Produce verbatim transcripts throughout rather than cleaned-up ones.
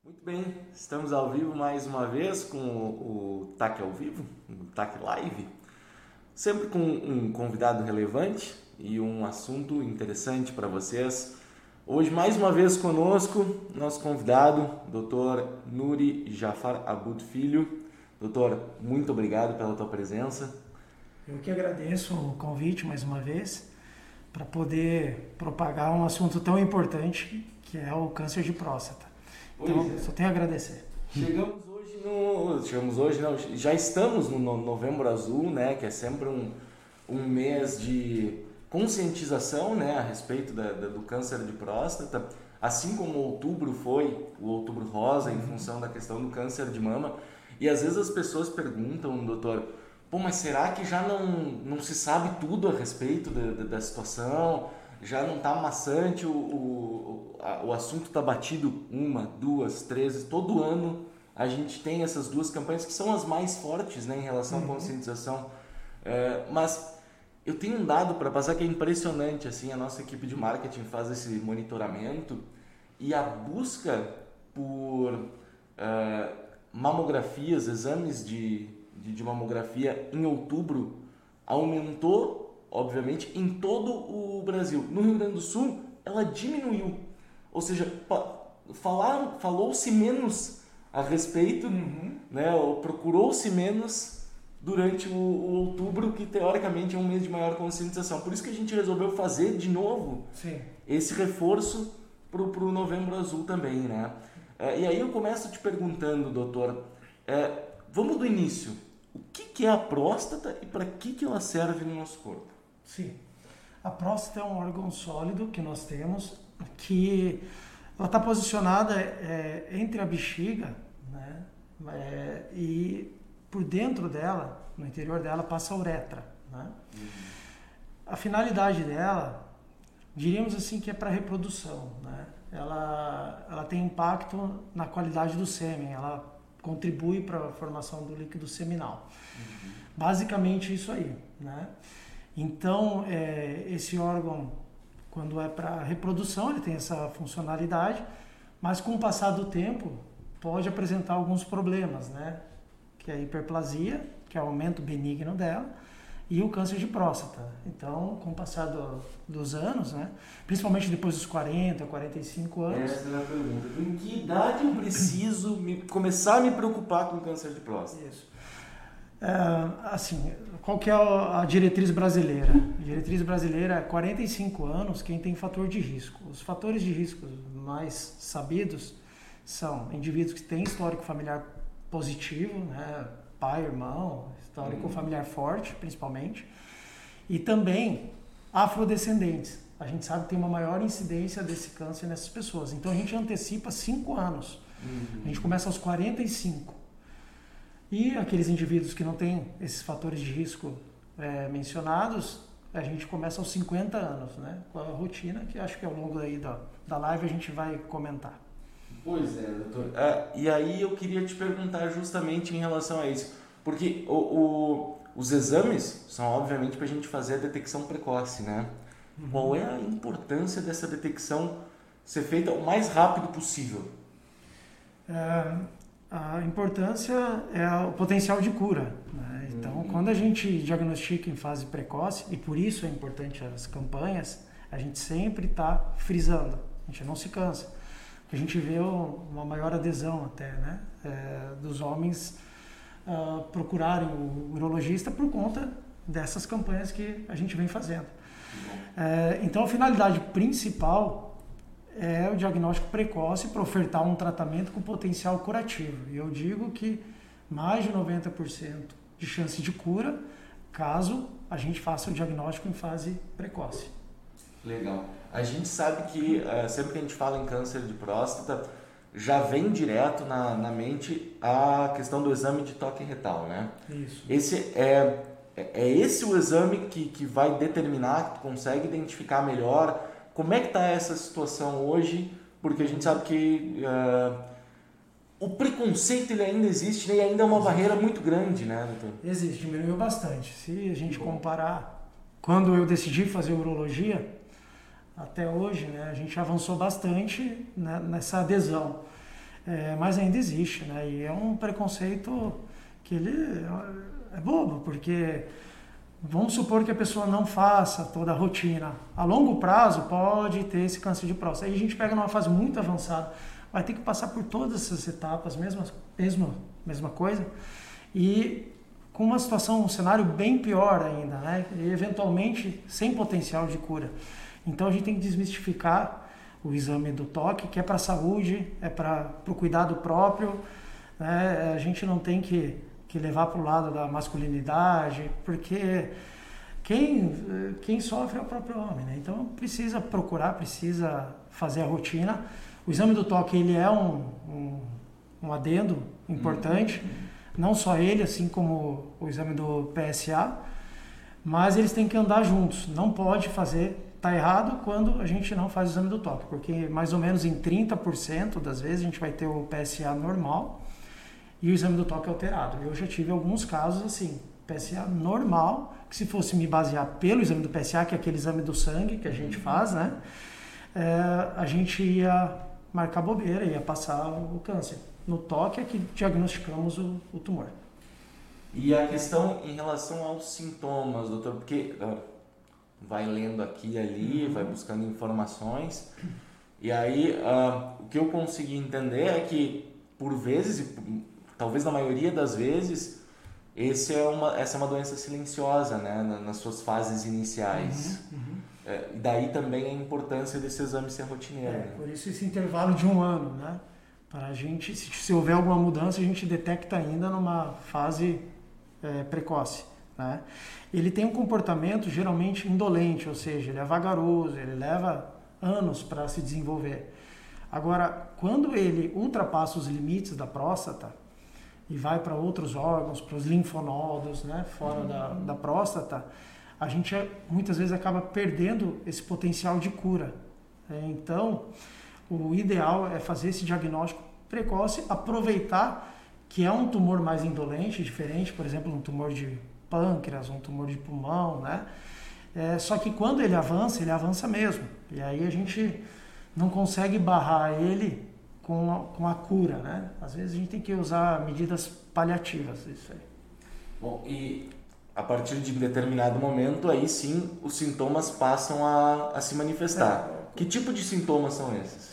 Muito bem, estamos ao vivo mais uma vez com o, o T A C ao vivo, o T A C Live, sempre com um convidado relevante e um assunto interessante para vocês. Hoje, mais uma vez conosco, nosso convidado, doutor Nuri Jafar Abud Filho. Doutor, muito obrigado pela tua presença. Eu que agradeço o convite mais uma vez para poder propagar um assunto tão importante que é o câncer de próstata. Então, é. só tenho a agradecer. Chegamos hoje no... Chegamos hoje, não, já estamos no Novembro Azul, né, que é sempre um, um mês de conscientização, né, a respeito da, da, do câncer de próstata, assim como outubro foi, o Outubro Rosa, em função da questão do câncer de mama. E às vezes as pessoas perguntam, doutor, pô, mas será que já não, não se sabe tudo a respeito da, da, da situação? Já não está maçante, o, o, a, o assunto está batido uma, duas, três, todo ano a gente tem essas duas campanhas que são as mais fortes, né, em relação uhum. à conscientização. É, mas eu tenho um dado para passar que é impressionante, assim, a nossa equipe de marketing faz esse monitoramento e a busca por uh, mamografias, exames de, de, de mamografia em outubro aumentou, obviamente, em todo o Brasil. No Rio Grande do Sul, ela diminuiu. Ou seja, falar, falou-se menos a respeito, uhum. né, ou procurou-se menos durante o, o outubro, que teoricamente é um mês de maior conscientização. Por isso que a gente resolveu fazer de novo Sim. esse reforço para o Novembro Azul também, né? É, e aí eu começo te perguntando, doutor, é, vamos do início. O que, que é a próstata e para que, que ela serve no nosso corpo? Sim. A próstata é um órgão sólido que nós temos, que ela está posicionada é, entre a bexiga, né, é, e por dentro dela, no interior dela, passa a uretra. Né? Uhum. A finalidade dela, diríamos assim, que é para reprodução. Né? Ela, ela tem impacto na qualidade do sêmen, ela contribui para a formação do líquido seminal. Uhum. Basicamente isso aí. Né? Então, é, esse órgão, quando é para reprodução, ele tem essa funcionalidade, mas com o passar do tempo pode apresentar alguns problemas, né? Que é a hiperplasia, que é o aumento benigno dela, e o câncer de próstata. Então, com o passar do, dos anos, né? Principalmente depois dos quarenta, quarenta e cinco anos... Essa é a pergunta. Em que idade eu preciso me, começar a me preocupar com o câncer de próstata? Isso. É, assim, qual que é a diretriz brasileira? A diretriz brasileira é quarenta e cinco anos quem tem fator de risco. Os fatores de risco mais sabidos são indivíduos que têm histórico familiar positivo, né? Pai, irmão, histórico uhum. familiar forte, principalmente, e também afrodescendentes. A gente sabe que tem uma maior incidência desse câncer nessas pessoas. Então a gente antecipa cinco anos. Uhum. A gente começa aos quarenta e cinco. E aqueles indivíduos que não têm esses fatores de risco é, mencionados, a gente começa aos cinquenta anos, né? Com a rotina que acho que ao longo aí da, da live a gente vai comentar. Pois é, doutor. Ah, e aí eu queria te perguntar justamente em relação a isso. Porque o, o, os exames são obviamente para a gente fazer a detecção precoce, né? Uhum. Qual é a importância dessa detecção ser feita o mais rápido possível? É... A importância é o potencial de cura. Né? Então, uhum. quando a gente diagnostica em fase precoce, e por isso é importante as campanhas, a gente sempre está frisando, a gente não se cansa. A gente vê uma maior adesão até, né? É, dos homens uh, procurarem o urologista por conta dessas campanhas que a gente vem fazendo. Uhum. É, então, a finalidade principal é o diagnóstico precoce para ofertar um tratamento com potencial curativo. E eu digo que mais de noventa por cento de chance de cura caso a gente faça o diagnóstico em fase precoce. Legal. A gente sabe que uh, sempre que a gente fala em câncer de próstata, já vem direto na, na mente a questão do exame de toque retal, né? Isso. Esse é, é esse o exame que, que vai determinar, que tu consegue identificar melhor. Como é que está essa situação hoje? Porque a gente sabe que uh, o preconceito ele ainda existe, né? E ainda é uma existe. barreira muito grande, né, doutor? Existe, diminuiu bastante. Se a gente comparar, quando eu decidi fazer urologia, até hoje, né, a gente avançou bastante, né, nessa adesão. é, mas ainda existe, né? E é um preconceito que ele é bobo, porque vamos supor que a pessoa não faça toda a rotina. A longo prazo pode ter esse câncer de próstata. Aí a gente pega numa fase muito avançada, vai ter que passar por todas essas etapas, mesma, mesma, mesma coisa, e com uma situação, um cenário bem pior ainda, né? E eventualmente sem potencial de cura. Então a gente tem que desmistificar o exame do toque, que é para a saúde, é para o cuidado próprio, né? A gente não tem que, que levar para o lado da masculinidade, porque quem, quem sofre é o próprio homem, né? Então precisa procurar, precisa fazer a rotina. O exame do toque ele é um, um, um adendo importante, não só ele, assim como o exame do P S A, mas eles têm que andar juntos. Não pode fazer, tá errado quando a gente não faz o exame do toque, porque mais ou menos em trinta por cento das vezes a gente vai ter o P S A normal e o exame do toque alterado. Eu já tive alguns casos assim, P S A normal, que se fosse me basear pelo exame do P S A, que é aquele exame do sangue que a gente faz, né, é, a gente ia marcar bobeira, ia passar o câncer. No toque é que diagnosticamos o, o tumor. E a questão em relação aos sintomas, doutor, porque uh, vai lendo aqui e ali, vai buscando informações, e aí uh, o que eu consegui entender é que, por vezes, e talvez na maioria das vezes, esse é uma, essa é uma doença silenciosa, né, nas suas fases iniciais. Uhum, uhum. É, e daí também a importância desse exame ser rotineiro. É, né? por isso esse intervalo de um ano, né? Para a gente, se, se houver alguma mudança, a gente detecta ainda numa fase é, precoce, né? Ele tem um comportamento geralmente indolente, ou seja, ele é vagaroso, ele leva anos para se desenvolver. Agora, quando ele ultrapassa os limites da próstata e vai para outros órgãos, para os linfonodos, né, fora da, da próstata, a gente muitas vezes acaba perdendo esse potencial de cura. Então, o ideal é fazer esse diagnóstico precoce, aproveitar que é um tumor mais indolente, diferente, por exemplo, um tumor de pâncreas, um tumor de pulmão, né? É, só que quando ele avança, ele avança mesmo. E aí a gente não consegue barrar ele com a, com a cura, né? Às vezes a gente tem que usar medidas paliativas, isso aí. Bom, e a partir de um determinado momento, aí sim, os sintomas passam a, a se manifestar. É. Que tipo de sintomas são esses?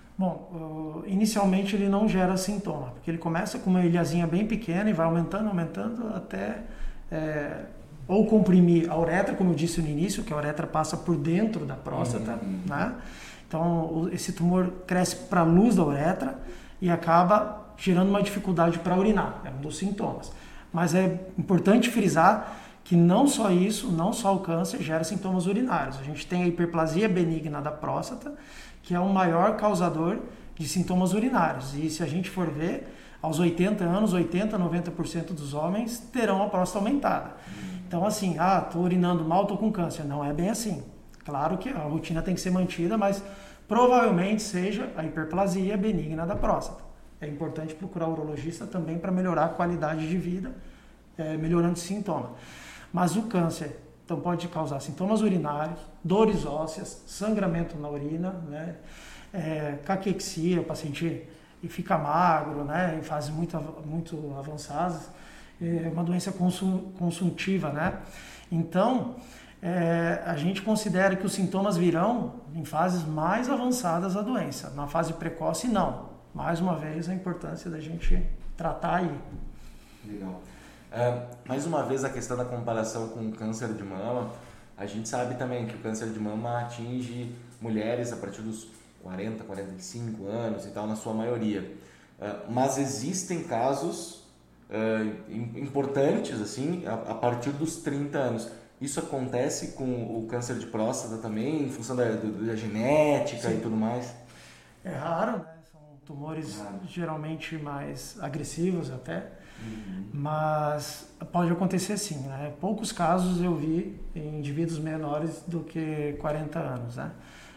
Bom, uh, inicialmente ele não gera sintoma, porque ele começa com uma ilhazinha bem pequena e vai aumentando, aumentando até é, ou comprimir a uretra, como eu disse no início, que a uretra passa por dentro da próstata, uhum. né? Então o, esse tumor cresce para a luz da uretra e acaba gerando uma dificuldade para urinar, é um dos sintomas. Mas é importante frisar que não só isso, não só o câncer gera sintomas urinários. A gente tem a hiperplasia benigna da próstata, que é o maior causador de sintomas urinários. E se a gente for ver, aos oitenta anos, oitenta, noventa por cento dos homens terão a próstata aumentada. Então assim, ah, estou urinando mal, estou com câncer. Não é bem assim. Claro que a rotina tem que ser mantida, mas provavelmente seja a hiperplasia benigna da próstata. É importante procurar o urologista também para melhorar a qualidade de vida, é, melhorando esse sintoma. Mas o câncer então pode causar sintomas urinários, dores ósseas, sangramento na urina, né? É, caquexia, o paciente fica magro, né? Em fases muito, muito avançadas, é uma doença consuntiva, né? Então, é, a gente considera que os sintomas virão em fases mais avançadas da doença. Na fase precoce, não. Mais uma vez, a importância da gente tratar aí. Legal. Uh, mais uma vez a questão da comparação com o câncer de mama, a gente sabe também que o câncer de mama atinge mulheres a partir dos quarenta, quarenta e cinco anos e tal, na sua maioria. Uh, mas existem casos uh, importantes assim a, a partir dos trinta anos. Isso acontece com o câncer de próstata também, em função da, da genética Sim. e tudo mais? É raro, né? São tumores raro. geralmente mais agressivos até. Uhum. Mas pode acontecer sim, né? Poucos casos eu vi em indivíduos menores do que quarenta anos, né?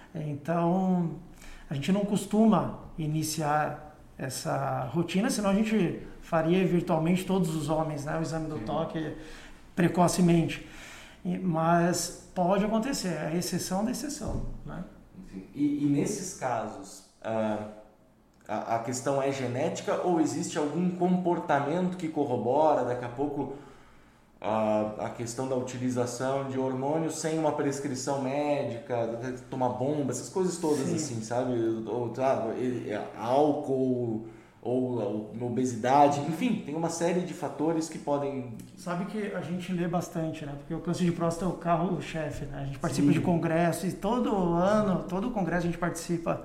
Então, a gente não costuma iniciar essa rotina, senão a gente faria virtualmente todos os homens, né? O exame do sim. toque precocemente. Mas pode acontecer, é a exceção da exceção, né? E, e nesses casos, uh, a, a questão é genética ou existe algum comportamento que corrobora, daqui a pouco, a, a questão da utilização de hormônios sem uma prescrição médica, tomar bomba, essas coisas todas. Sim. Assim, sabe? Ou, sabe, álcool ou obesidade, enfim, tem uma série de fatores que podem... Sabe que a gente lê bastante, né? Porque o câncer de próstata é o carro-chefe, né? A gente participa Sim. de congressos e todo ano, todo congresso a gente participa,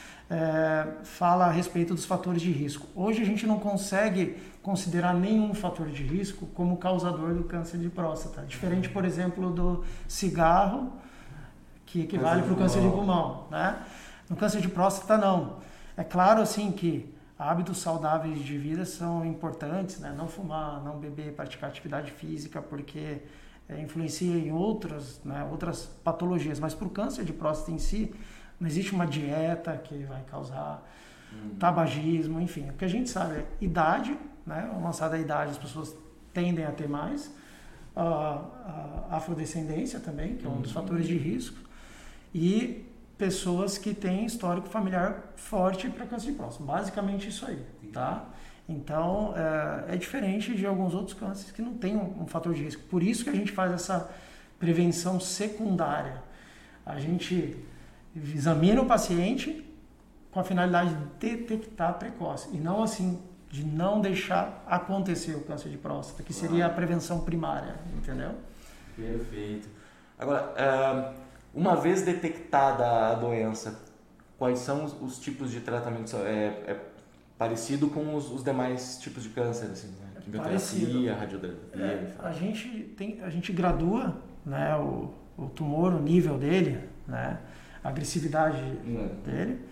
é, fala a respeito dos fatores de risco. Hoje a gente não consegue considerar nenhum fator de risco como causador do câncer de próstata. Diferente, por exemplo, do cigarro, que equivale para o câncer de pulmão, né? No câncer de próstata, não. É claro, assim, que hábitos saudáveis de vida são importantes, né? Não fumar, não beber, praticar atividade física, porque é, influencia em outras, né, outras patologias. Mas para o câncer de próstata em si, não existe uma dieta que vai causar hum. tabagismo, enfim. O que a gente sabe é idade, né? Avançada a idade, as pessoas tendem a ter mais. A, a afrodescendência também, que é um hum. dos fatores de risco. E pessoas que têm histórico familiar forte para câncer de próstata. Basicamente isso aí, tá? Então, é, é diferente de alguns outros cânceres que não tem um, um fator de risco. Por isso que a gente faz essa prevenção secundária. A gente examina o paciente com a finalidade de detectar precoce e não assim, de não deixar acontecer o câncer de próstata, que seria a prevenção primária, entendeu? Perfeito. Agora, uh... uma vez detectada a doença, quais são os, os tipos de tratamento? É, é parecido com os, os demais tipos de câncer, assim, né? Quimioterapia, radioterapia. É, a gente tem, a gente gradua, né, o, o tumor, o nível dele, né, a agressividade é. dele.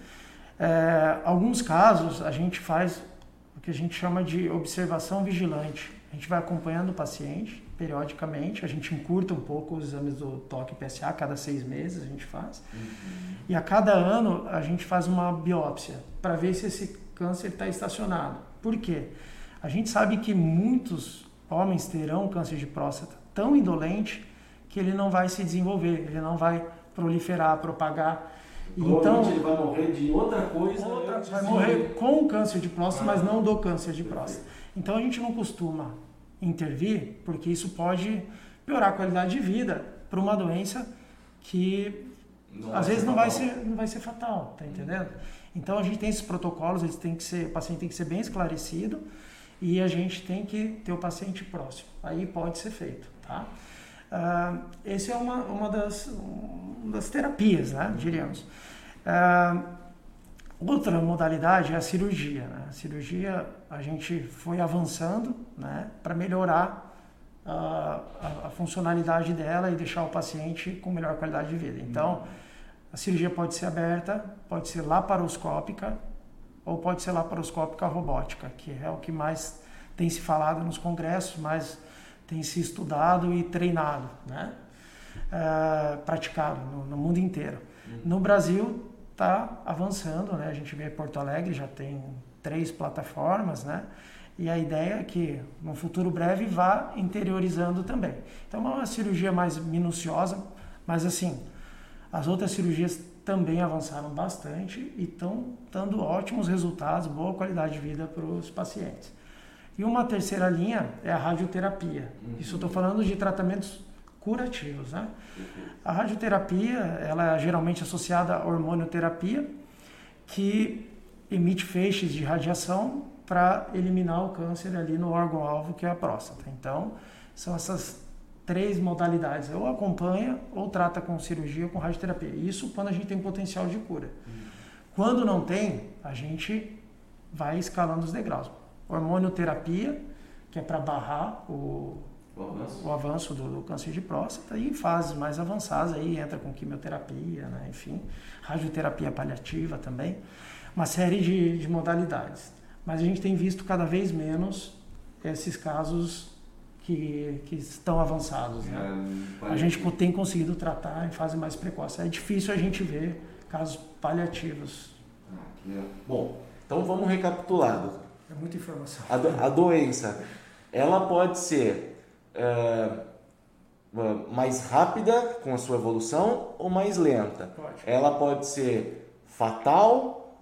É, alguns casos a gente faz o que a gente chama de observação vigilante. A gente vai acompanhando o paciente periodicamente, a gente encurta um pouco os exames do toque P S A, cada seis meses a gente faz. Uhum. E a cada ano a gente faz uma biópsia para ver se esse câncer está estacionado. Por quê? A gente sabe que muitos homens terão câncer de próstata tão indolente que ele não vai se desenvolver, ele não vai proliferar, propagar. Então ele vai morrer de outra coisa. Outra, vai morrer com o câncer de próstata, ah, mas não do câncer de próstata. Então a gente não costuma intervir, porque isso pode piorar a qualidade de vida para uma doença que não às vezes não vai, ser, não vai ser fatal, tá entendendo? Então a gente tem esses protocolos, eles têm que ser, o paciente tem que ser bem esclarecido e a gente tem que ter o paciente próximo. Aí pode ser feito, tá? Uh, esse é uma, uma, das, uma das terapias, né, diríamos. Uh, outra modalidade é a cirurgia, né? A cirurgia a gente foi avançando, né, para melhorar a, a, a funcionalidade dela e deixar o paciente com melhor qualidade de vida. Então, a cirurgia pode ser aberta, pode ser laparoscópica ou pode ser laparoscópica robótica, que é o que mais tem se falado nos congressos, mais tem se estudado e treinado, né? Uh, praticado no, no mundo inteiro. Uhum. No Brasil está avançando, né? A gente vê Porto Alegre já tem três plataformas, né? E a ideia é que no futuro breve vá interiorizando também. Então é uma cirurgia mais minuciosa, mas assim, as outras cirurgias também avançaram bastante e estão dando ótimos resultados, boa qualidade de vida para os pacientes. E uma terceira linha é a radioterapia. Uhum. Isso eu estou falando de tratamentos curativos, né? Uhum. A radioterapia, ela é geralmente associada à hormonioterapia, que emite feixes de radiação para eliminar o câncer ali no órgão-alvo, que é a próstata. Então, são essas três modalidades. Ou acompanha, ou trata com cirurgia ou com radioterapia. Isso quando a gente tem potencial de cura. Uhum. Quando não tem, a gente vai escalando os degraus. Hormonioterapia, que é para barrar o, o avanço, o avanço do, do câncer de próstata, e em fases mais avançadas aí entra com quimioterapia, né? Enfim, radioterapia paliativa também, uma série de, de modalidades. Mas a gente tem visto cada vez menos esses casos que, que estão avançados, né? É, a gente tem conseguido tratar em fase mais precoce. É difícil a gente ver casos paliativos. Bom, então vamos recapitular, doutor. É muita informação. A, do, a doença, ela pode ser uh, mais rápida com a sua evolução ou mais lenta? Pode. Ela pode ser fatal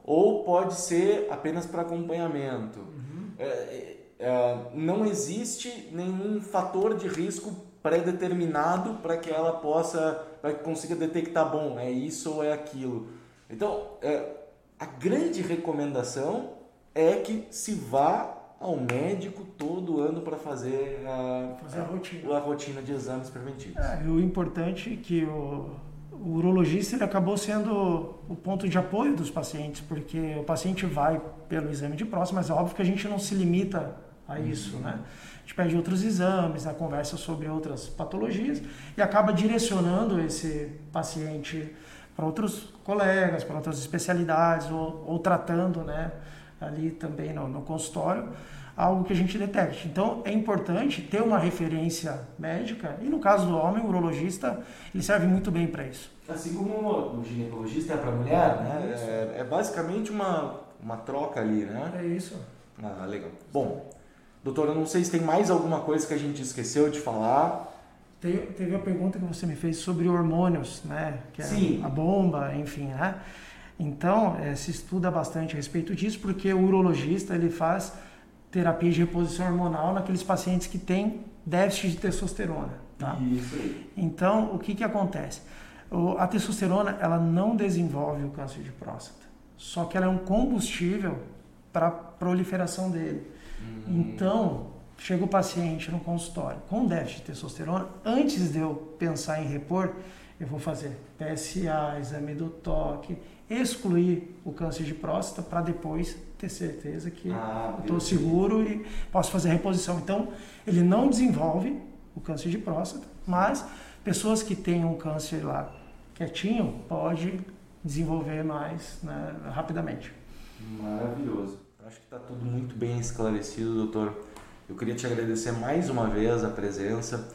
ou pode ser apenas para acompanhamento. Uhum. É, é, não existe nenhum fator de risco pré-determinado para que ela possa, para que consiga detectar, bom, é isso ou é aquilo. Então, é, a grande recomendação é que se vá ao médico todo ano para fazer, a, fazer a, rotina. a rotina de exames preventivos. É, o importante é que o, o urologista ele acabou sendo o ponto de apoio dos pacientes, porque o paciente vai pelo exame de próstata, mas é óbvio que a gente não se limita a isso, uhum. né? A gente pede outros exames, a conversa sobre outras patologias e acaba direcionando esse paciente para outros colegas, para outras especialidades ou, ou tratando, né, ali também no, no consultório, algo que a gente detecte. Então, é importante ter uma referência médica e, no caso do homem, o urologista, ele serve muito bem para isso. Assim como o ginecologista é para a mulher, né? É, é basicamente uma, uma troca ali, né? É isso. Ah, legal. Bom, doutor, eu não sei se tem mais alguma coisa que a gente esqueceu de falar. Teve, teve a pergunta que você me fez sobre hormônios, né? Que é Sim. A bomba, enfim, né? Então, é, se estuda bastante a respeito disso, porque o urologista ele faz terapia de reposição hormonal naqueles pacientes que têm déficit de testosterona. Tá? Isso aí. Então, o que, que acontece? O, a testosterona ela não desenvolve o câncer de próstata, só que ela é um combustível para a proliferação dele. Hum. Então, chega o paciente no consultório com déficit de testosterona, antes de eu pensar em repor, eu vou fazer P S A, exame do toque, excluir o câncer de próstata para depois ter certeza que ah, estou seguro e posso fazer a reposição. Então, ele não desenvolve o câncer de próstata, mas pessoas que têm um câncer lá quietinho, pode desenvolver mais, né, rapidamente. Maravilhoso. Acho que está tudo muito bem esclarecido, doutor. Eu queria te agradecer mais uma vez a presença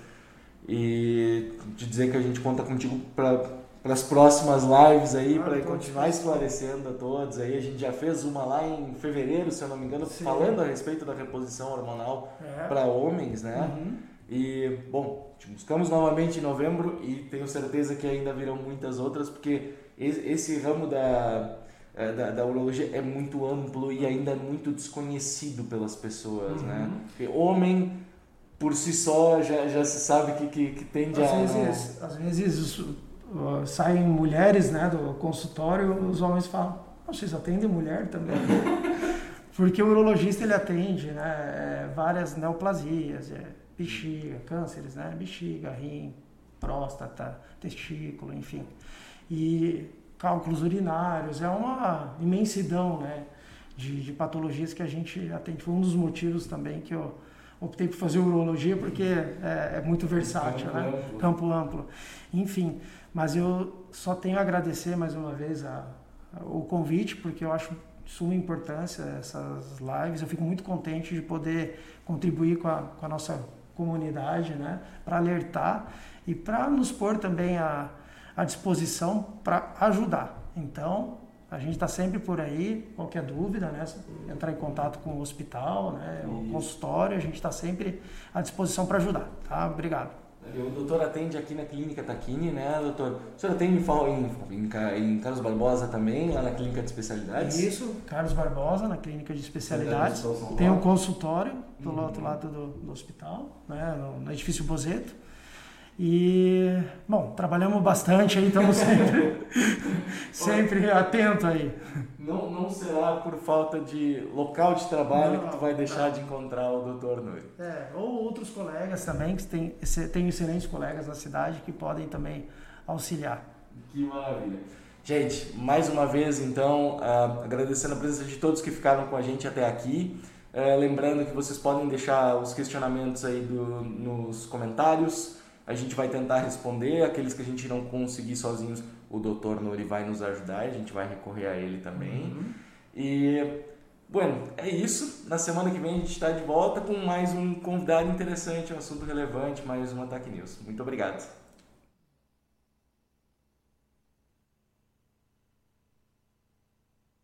e te dizer que a gente conta contigo para para as próximas lives aí, ah, para continuar esclarecendo a todos. Aí a gente já fez uma lá em fevereiro, se eu não me engano, Sim. falando a respeito da reposição hormonal é. para homens, né? Uhum. E, bom, te buscamos novamente em novembro e tenho certeza que ainda virão muitas outras, porque esse ramo da, da, da urologia é muito amplo e ainda é muito desconhecido pelas pessoas, uhum. né? Porque homem, por si só, já, já se sabe que, que, que tende às a... Vezes, às vezes... Uh, saem mulheres, né, do consultório, os homens falam, vocês atendem mulher também? Porque o urologista ele atende, né, várias neoplasias, é, bexiga, cânceres, né, bexiga, rim, próstata, testículo, enfim. E cálculos urinários, é uma imensidão, né, de, de patologias que a gente atende. Foi um dos motivos também que eu optei por fazer urologia, porque é, é muito versátil, campo, né? amplo. campo amplo. Enfim, mas eu só tenho a agradecer mais uma vez a, a, o convite, porque eu acho de suma importância essas lives. Eu fico muito contente de poder contribuir com a, com a nossa comunidade, né? Para alertar e para nos pôr também à, à disposição para ajudar. Então, a gente está sempre por aí, qualquer dúvida, né? Entrar em contato com o hospital, né? O consultório, a gente está sempre à disposição para ajudar, tá? Obrigado. O doutor atende aqui na Clínica Tacchini, né, doutor? O senhor atende em, em, em Carlos Barbosa também, lá na Clínica de Especialidades? Isso, Carlos Barbosa, na Clínica de Especialidades. Tem um consultório do uhum. outro lado do, do hospital, né, no, no edifício Bozeto. E, bom, trabalhamos bastante aí, estamos sempre, sempre atentos aí. Não, não será por falta de local de trabalho não, que tu vai deixar não. de encontrar o doutor Nuri. É, ou outros colegas também, que tem, tem excelentes colegas na cidade que podem também auxiliar. Que maravilha. Gente, mais uma vez, então, uh, agradecendo a presença de todos que ficaram com a gente até aqui. Uh, lembrando que vocês podem deixar os questionamentos aí do, nos comentários. A gente vai tentar responder. Aqueles que a gente não conseguir sozinhos, o doutor Nuri vai nos ajudar. A gente vai recorrer a ele também. Uhum. E, bueno, é isso. Na semana que vem a gente está de volta com mais um convidado interessante, um assunto relevante, mais uma Tech News. Muito obrigado.